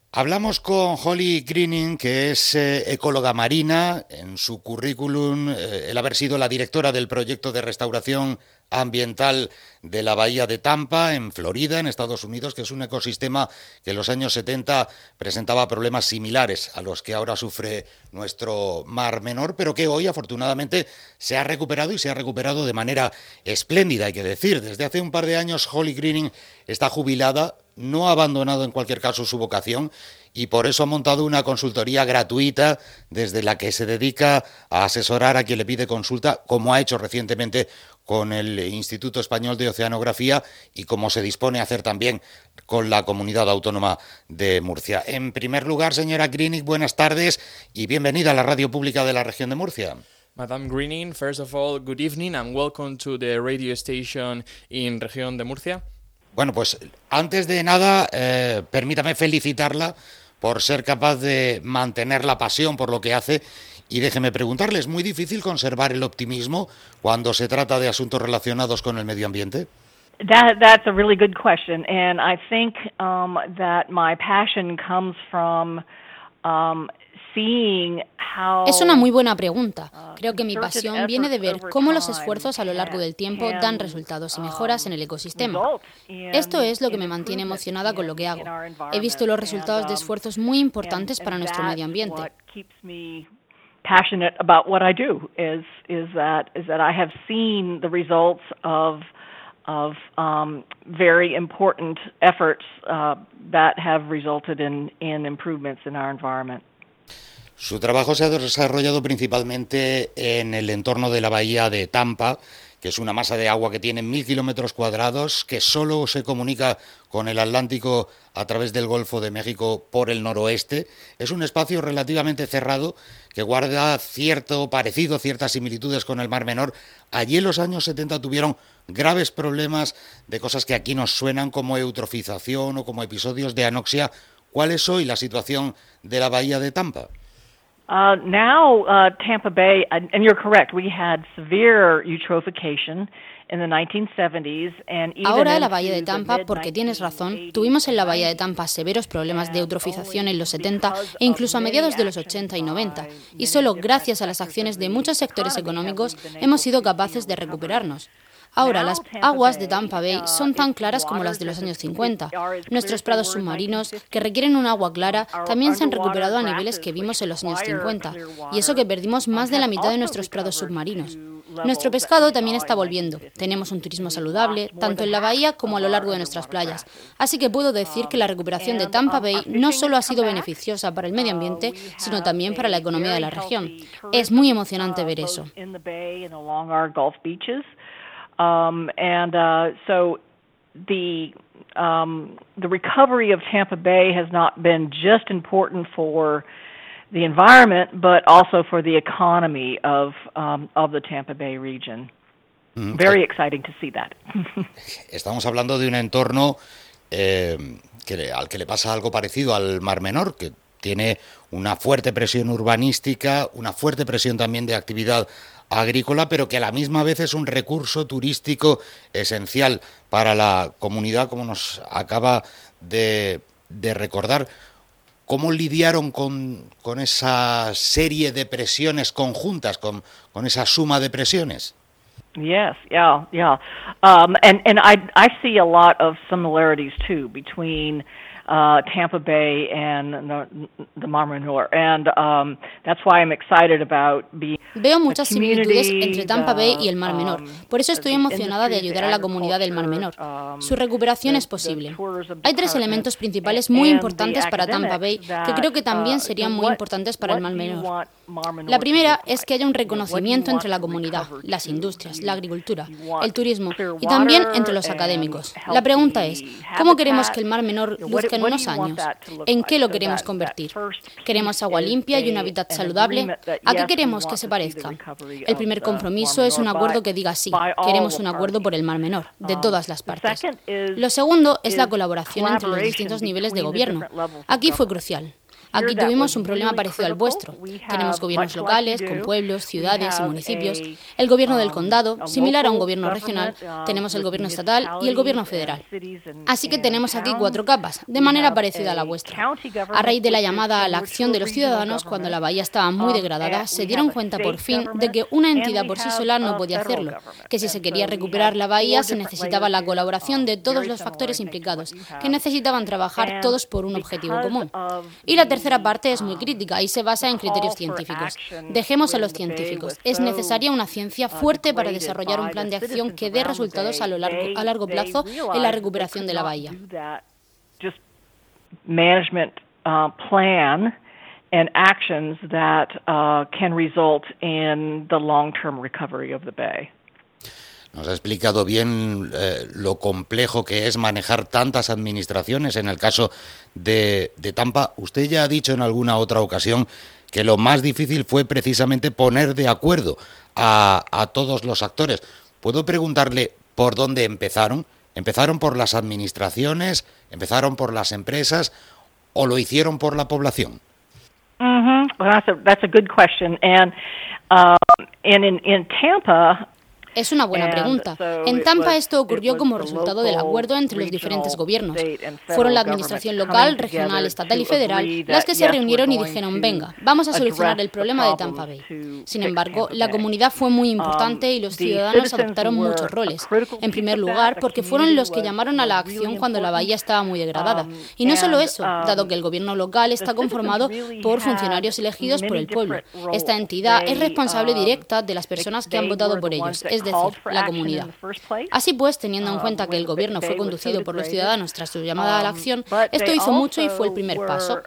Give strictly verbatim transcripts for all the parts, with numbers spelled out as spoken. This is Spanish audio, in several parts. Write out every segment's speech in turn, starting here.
Hablamos con Holly Greening, que es eh, ecóloga marina. En su currículum, eh, el haber sido la directora del proyecto de restauración ambiental de la bahía de Tampa, en Florida, en Estados Unidos, que es un ecosistema que en los años setenta presentaba problemas similares a los que ahora sufre nuestro Mar Menor, pero que hoy, afortunadamente, se ha recuperado y se ha recuperado de manera espléndida, hay que decir. Desde hace un par de años, Holly Greening está jubilada, no ha abandonado en cualquier caso su vocación y por eso ha montado una consultoría gratuita desde la que se dedica a asesorar a quien le pide consulta, como ha hecho recientemente con el Instituto Español de Oceanografía y como se dispone a hacer también con la Comunidad Autónoma de Murcia. En primer lugar, señora Greening, buenas tardes y bienvenida a la Radio Pública de la Región de Murcia. Madame Greening, first of all, good evening and welcome to the radio station in Región de Murcia. Bueno, pues antes de nada, eh, permítame felicitarla por ser capaz de mantener la pasión por lo que hace y déjeme preguntarle, ¿es muy difícil conservar el optimismo cuando se trata de asuntos relacionados con el medio ambiente? That, that's a really good question, and I think um, that my passion comes from um, seeing how... Es una muy buena pregunta. Creo que mi pasión viene de ver cómo los esfuerzos a lo largo del tiempo dan resultados y mejoras en el ecosistema. Esto es lo que me mantiene emocionada con lo que hago. He visto los resultados de esfuerzos muy importantes para nuestro medio ambiente. Passionate about what I do is is that is that I have seen the results of of um, very important efforts uh, that have resulted in in improvements in our environment. Su trabajo se ha desarrollado principalmente en el entorno de la bahía de Tampa, que es una masa de agua que tiene mil kilómetros cuadrados, que solo se comunica con el Atlántico a través del Golfo de México por el noroeste. Es un espacio relativamente cerrado que guarda cierto parecido, ciertas similitudes con el Mar Menor. Allí en los años setenta tuvieron graves problemas de cosas que aquí nos suenan como eutrofización o como episodios de anoxia. ¿Cuál es hoy la situación de la bahía de Tampa? Uh, now, uh, Tampa Bay, and, and you're correct, we had severe eutrophication in the nineteen seventies, and even Ahora la bahía de Tampa, porque tienes razón, tuvimos en la bahía de Tampa severos problemas de eutrofización en los setenta e incluso a mediados de los ochenta y noventa, y solo gracias a las acciones de muchos sectores económicos hemos sido capaces de recuperarnos. Ahora, las aguas de Tampa Bay son tan claras como las de los años cincuenta. Nuestros prados submarinos, que requieren un agua clara, también se han recuperado a niveles que vimos en los años cincuenta, y eso que perdimos más de la mitad de nuestros prados submarinos. Nuestro pescado también está volviendo. Tenemos un turismo saludable, tanto en la bahía como a lo largo de nuestras playas. Así que puedo decir que la recuperación de Tampa Bay no solo ha sido beneficiosa para el medio ambiente, sino también para la economía de la región. Es muy emocionante ver eso. Um, and uh, so the um, the recovery of Tampa Bay has not been just important for the environment, but also for the economy of um, of the Tampa Bay region. Mm-hmm. Very exciting to see that. Estamos hablando de un entorno eh, que, al que le pasa algo parecido al Mar Menor, que tiene una fuerte presión urbanística, una fuerte presión también de actividad agrícola, pero que a la misma vez es un recurso turístico esencial para la comunidad, como nos acaba de, de recordar. ¿Cómo lidiaron con, con esa serie de presiones conjuntas, con, con esa suma de presiones? Yes, yeah, yeah. Um, and and I I see a lot of similarities too between Uh, Tampa Bay and the, the Mar Menor, and um, that's why I'm excited about being. Veo muchas similitudes entre Tampa Bay y el Mar Menor. Por eso estoy emocionada de ayudar a la comunidad del Mar Menor. Su recuperación es posible. Hay tres elementos principales muy importantes para Tampa Bay que creo que también serían muy importantes para el Mar Menor. La primera es que haya un reconocimiento entre la comunidad, las industrias, la agricultura, el turismo y también entre los académicos. La pregunta es, ¿cómo queremos que el Mar Menor luzca en unos años? ¿En qué lo queremos convertir? ¿Queremos agua limpia y un hábitat saludable? ¿A qué queremos que se parezca? El primer compromiso es un acuerdo que diga sí, queremos un acuerdo por el Mar Menor, de todas las partes. Lo segundo es la colaboración entre los distintos niveles de gobierno. Aquí fue crucial. Aquí tuvimos un problema parecido al vuestro. Tenemos gobiernos locales, con pueblos, ciudades y municipios, el gobierno del condado, similar a un gobierno regional, tenemos el gobierno estatal y el gobierno federal. Así que tenemos aquí cuatro capas, de manera parecida a la vuestra. A raíz de la llamada a la acción de los ciudadanos, cuando la bahía estaba muy degradada, se dieron cuenta por fin de que una entidad por sí sola no podía hacerlo, que si se quería recuperar la bahía se necesitaba la colaboración de todos los factores implicados, que necesitaban trabajar todos por un objetivo común. Y la tercera La tercera parte es muy crítica y se basa en criterios científicos. Dejemos a los científicos. Es necesaria una ciencia fuerte para desarrollar un plan de acción que dé resultados a, lo largo, a largo plazo en la recuperación de la bahía. Management uh, plan and actions that uh, can result in the long-term recovery of the bay. Nos ha explicado bien eh, lo complejo que es manejar tantas administraciones. En el caso de, de Tampa, usted ya ha dicho en alguna otra ocasión que lo más difícil fue precisamente poner de acuerdo a, a todos los actores. ¿Puedo preguntarle por dónde empezaron? ¿Empezaron por las administraciones? ¿Empezaron por las empresas? ¿O lo hicieron por la población? Mm-hmm. Well, that's a, that's a good question. And, uh, and in, in Tampa... Es una buena pregunta. En Tampa esto ocurrió como resultado del acuerdo entre los diferentes gobiernos. Fueron la administración local, regional, estatal y federal las que se reunieron y dijeron, venga, vamos a solucionar el problema de Tampa Bay. Sin embargo, la comunidad fue muy importante y los ciudadanos adoptaron muchos roles. En primer lugar, porque fueron los que llamaron a la acción cuando la bahía estaba muy degradada. Y no solo eso, dado que el gobierno local está conformado por funcionarios elegidos por el pueblo. Esta entidad es responsable directa de las personas que han votado por ellos, es decir, la comunidad. Así pues, teniendo en cuenta que el gobierno fue conducido por los ciudadanos tras su llamada a la acción, esto hizo mucho y fue el primer paso.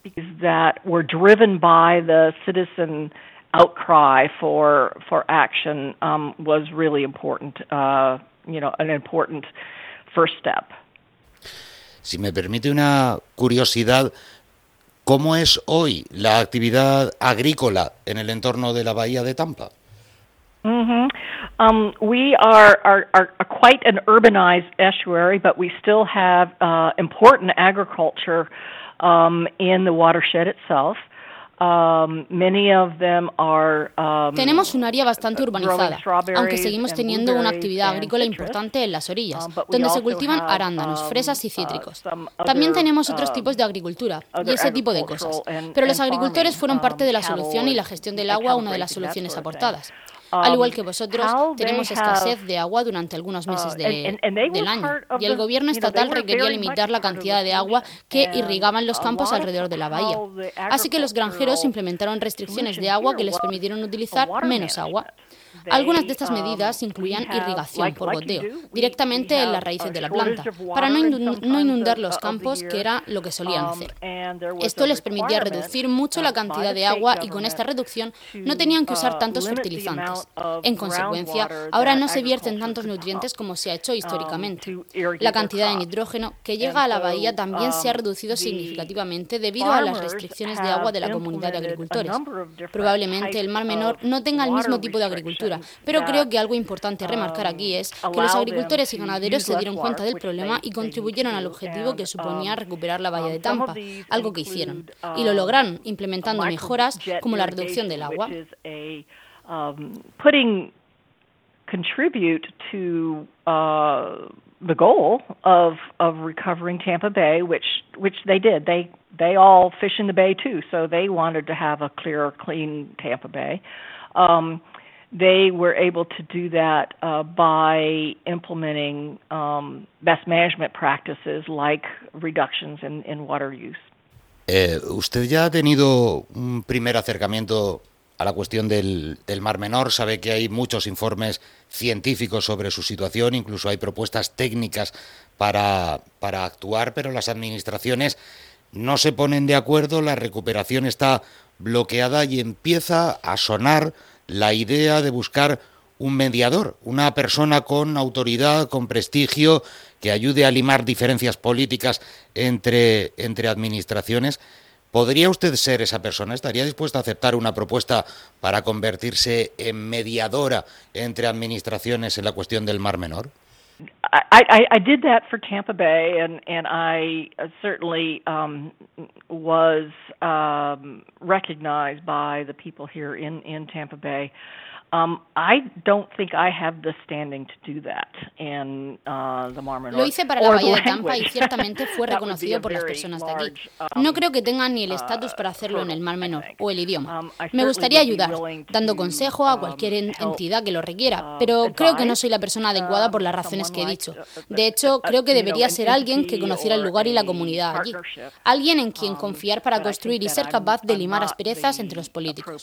Outcry for for action um, was really important, uh, you know, an important first step. Si me permite una curiosidad, ¿cómo es hoy la actividad agrícola en el entorno de la bahía de Tampa? Mm-hmm. Um, we are, are, are quite an urbanized estuary, but we still have uh, important agriculture um, in the watershed itself. Um, many of them are, um, Tenemos un área bastante urbanizada, aunque seguimos teniendo una actividad agrícola importante en las orillas, donde se cultivan arándanos, fresas y cítricos. También tenemos otros tipos de agricultura y ese tipo de cosas, pero los agricultores fueron parte de la solución y la gestión del agua una de las soluciones aportadas. Al igual que vosotros, tenemos escasez de agua durante algunos meses de, del año, y el gobierno estatal requería limitar la cantidad de agua que irrigaban los campos alrededor de la bahía. Así que los granjeros implementaron restricciones de agua que les permitieron utilizar menos agua. Algunas de estas medidas incluían irrigación por goteo, directamente en las raíces de la planta, para no inundar los campos, que era lo que solían hacer. Esto les permitía reducir mucho la cantidad de agua y con esta reducción no tenían que usar tantos fertilizantes. En consecuencia, ahora no se vierten tantos nutrientes como se ha hecho históricamente. La cantidad de nitrógeno que llega a la bahía también se ha reducido significativamente debido a las restricciones de agua de la comunidad de agricultores. Probablemente el Mar Menor no tenga el mismo tipo de agricultura, pero creo que algo importante a remarcar aquí es que los agricultores y ganaderos se dieron cuenta del problema y contribuyeron al objetivo que suponía recuperar la bahía de Tampa, algo que hicieron, y lo lograron implementando mejoras como la reducción del agua. Contribute to uh, the goal of of recovering Tampa Bay, which which they did. They they all fish in the bay too, so they wanted to have a clear, clean Tampa Bay. Um, they were able to do that uh, by implementing um, best management practices like reductions in, in water use. Eh, usted ya ha tenido un primer acercamiento a la cuestión del, del Mar Menor, sabe que hay muchos informes científicos sobre su situación, incluso hay propuestas técnicas para, para actuar, pero las administraciones no se ponen de acuerdo, la recuperación está bloqueada y empieza a sonar la idea de buscar un mediador, una persona con autoridad, con prestigio, que ayude a limar diferencias políticas entre, entre administraciones. ¿Podría usted ser esa persona? ¿Estaría dispuesta a aceptar una propuesta para convertirse en mediadora entre administraciones en la cuestión del Mar Menor? I, I, I did that for Tampa Bay, and, and I certainly um, was um, recognized by the people here in, in Tampa Bay. Um, I don't think I have the standing to do that in uh, the Mar Menor. Lo hice para la Bahía de Tampa y ciertamente fue reconocido por las personas de aquí. No creo que tengan ni el estatus para hacerlo en el Mar Menor o el idioma. Me gustaría ayudar, dando consejo a cualquier entidad que lo requiera, pero creo que no soy la persona adecuada por las razones que he dicho. De hecho, creo que debería ser alguien que conociera el lugar y la comunidad allí. Alguien en quien confiar para construir y ser capaz de limar asperezas entre los políticos.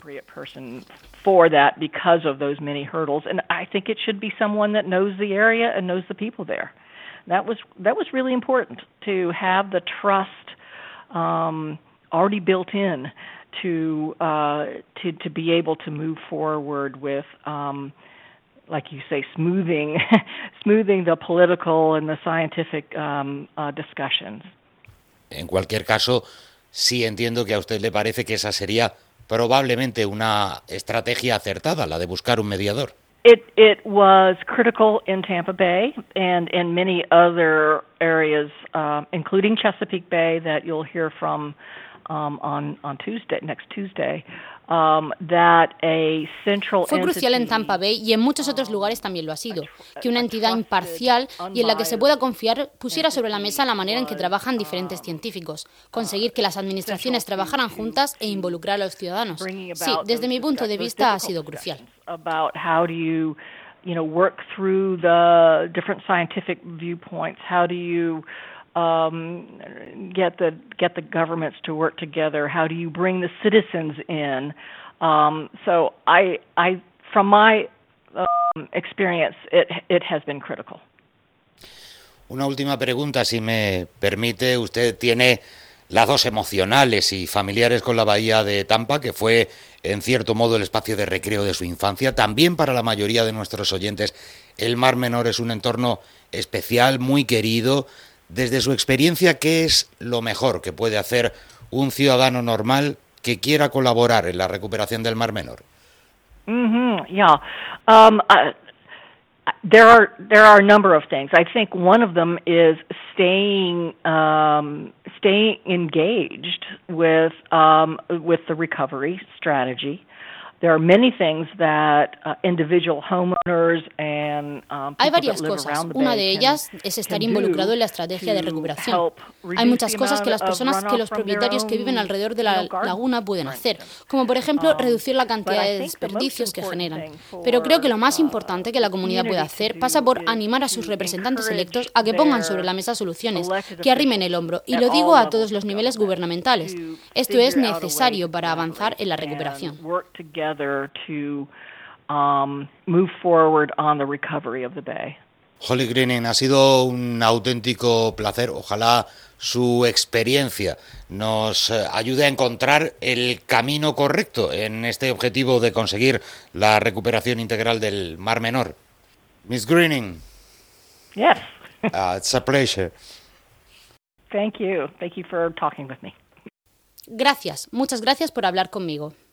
Of those many hurdles, and I think it should be someone that knows the area and knows the people there. That was that was really important, to have the trust um, already built in to uh, to to be able to move forward with, um, like you say, smoothing smoothing the political and the scientific um, uh, discussions. En cualquier caso, sí entiendo que a usted le parece que esa sería probablemente una estrategia acertada, la de buscar un mediador. It it was critical in Tampa Bay and in many other areas, uh, including Chesapeake Bay, that you'll hear from um, on on Tuesday, next Tuesday. Um, that a central Fue crucial en Tampa Bay y en muchos otros lugares también lo ha sido, que una entidad imparcial y en la que se pueda confiar pusiera sobre la mesa la manera en que trabajan diferentes científicos, conseguir que las administraciones trabajaran juntas e involucrar a los ciudadanos. Sí, desde mi punto de vista ha sido crucial. About how do you, you know, work through the different scientific viewpoints? How do you Um, get the get the governments to work together? How do you bring the citizens in? Um, so I, I, from my um, experience, it it has been critical. Una última pregunta, si me permite. Usted tiene lazos emocionales y familiares con la bahía de Tampa, que fue en cierto modo el espacio de recreo de su infancia. También para la mayoría de nuestros oyentes, el Mar Menor es un entorno especial, muy querido. Desde su experiencia, ¿qué es lo mejor que puede hacer un ciudadano normal que quiera colaborar en la recuperación del Mar Menor? Mm-hmm, yeah. Um, uh, there are there are a number of things. I think one of them is staying um, staying engaged with um, with the recovery strategy. There are many things that uh, individual homeowners and um, Hay varias cosas. Una de ellas es estar involucrado en la estrategia de recuperación. Hay muchas cosas que las personas, que los propietarios que viven alrededor de la laguna pueden hacer, como por ejemplo reducir la cantidad de desperdicios que generan. Pero creo que lo más importante que la comunidad puede hacer pasa por animar a sus representantes electos a que pongan sobre la mesa soluciones, que arrimen el hombro, y lo digo a todos los niveles gubernamentales. Esto es necesario para avanzar en la recuperación. To um, move forward on the recovery of the bay. Holly Greening, ha sido un auténtico placer. Ojalá su experiencia nos ayude a encontrar el camino correcto en este objetivo de conseguir la recuperación integral del Mar Menor. Miss Greening. Yes. uh, it's a pleasure. Thank you. Thank you for talking with me. Gracias. Muchas gracias por hablar conmigo.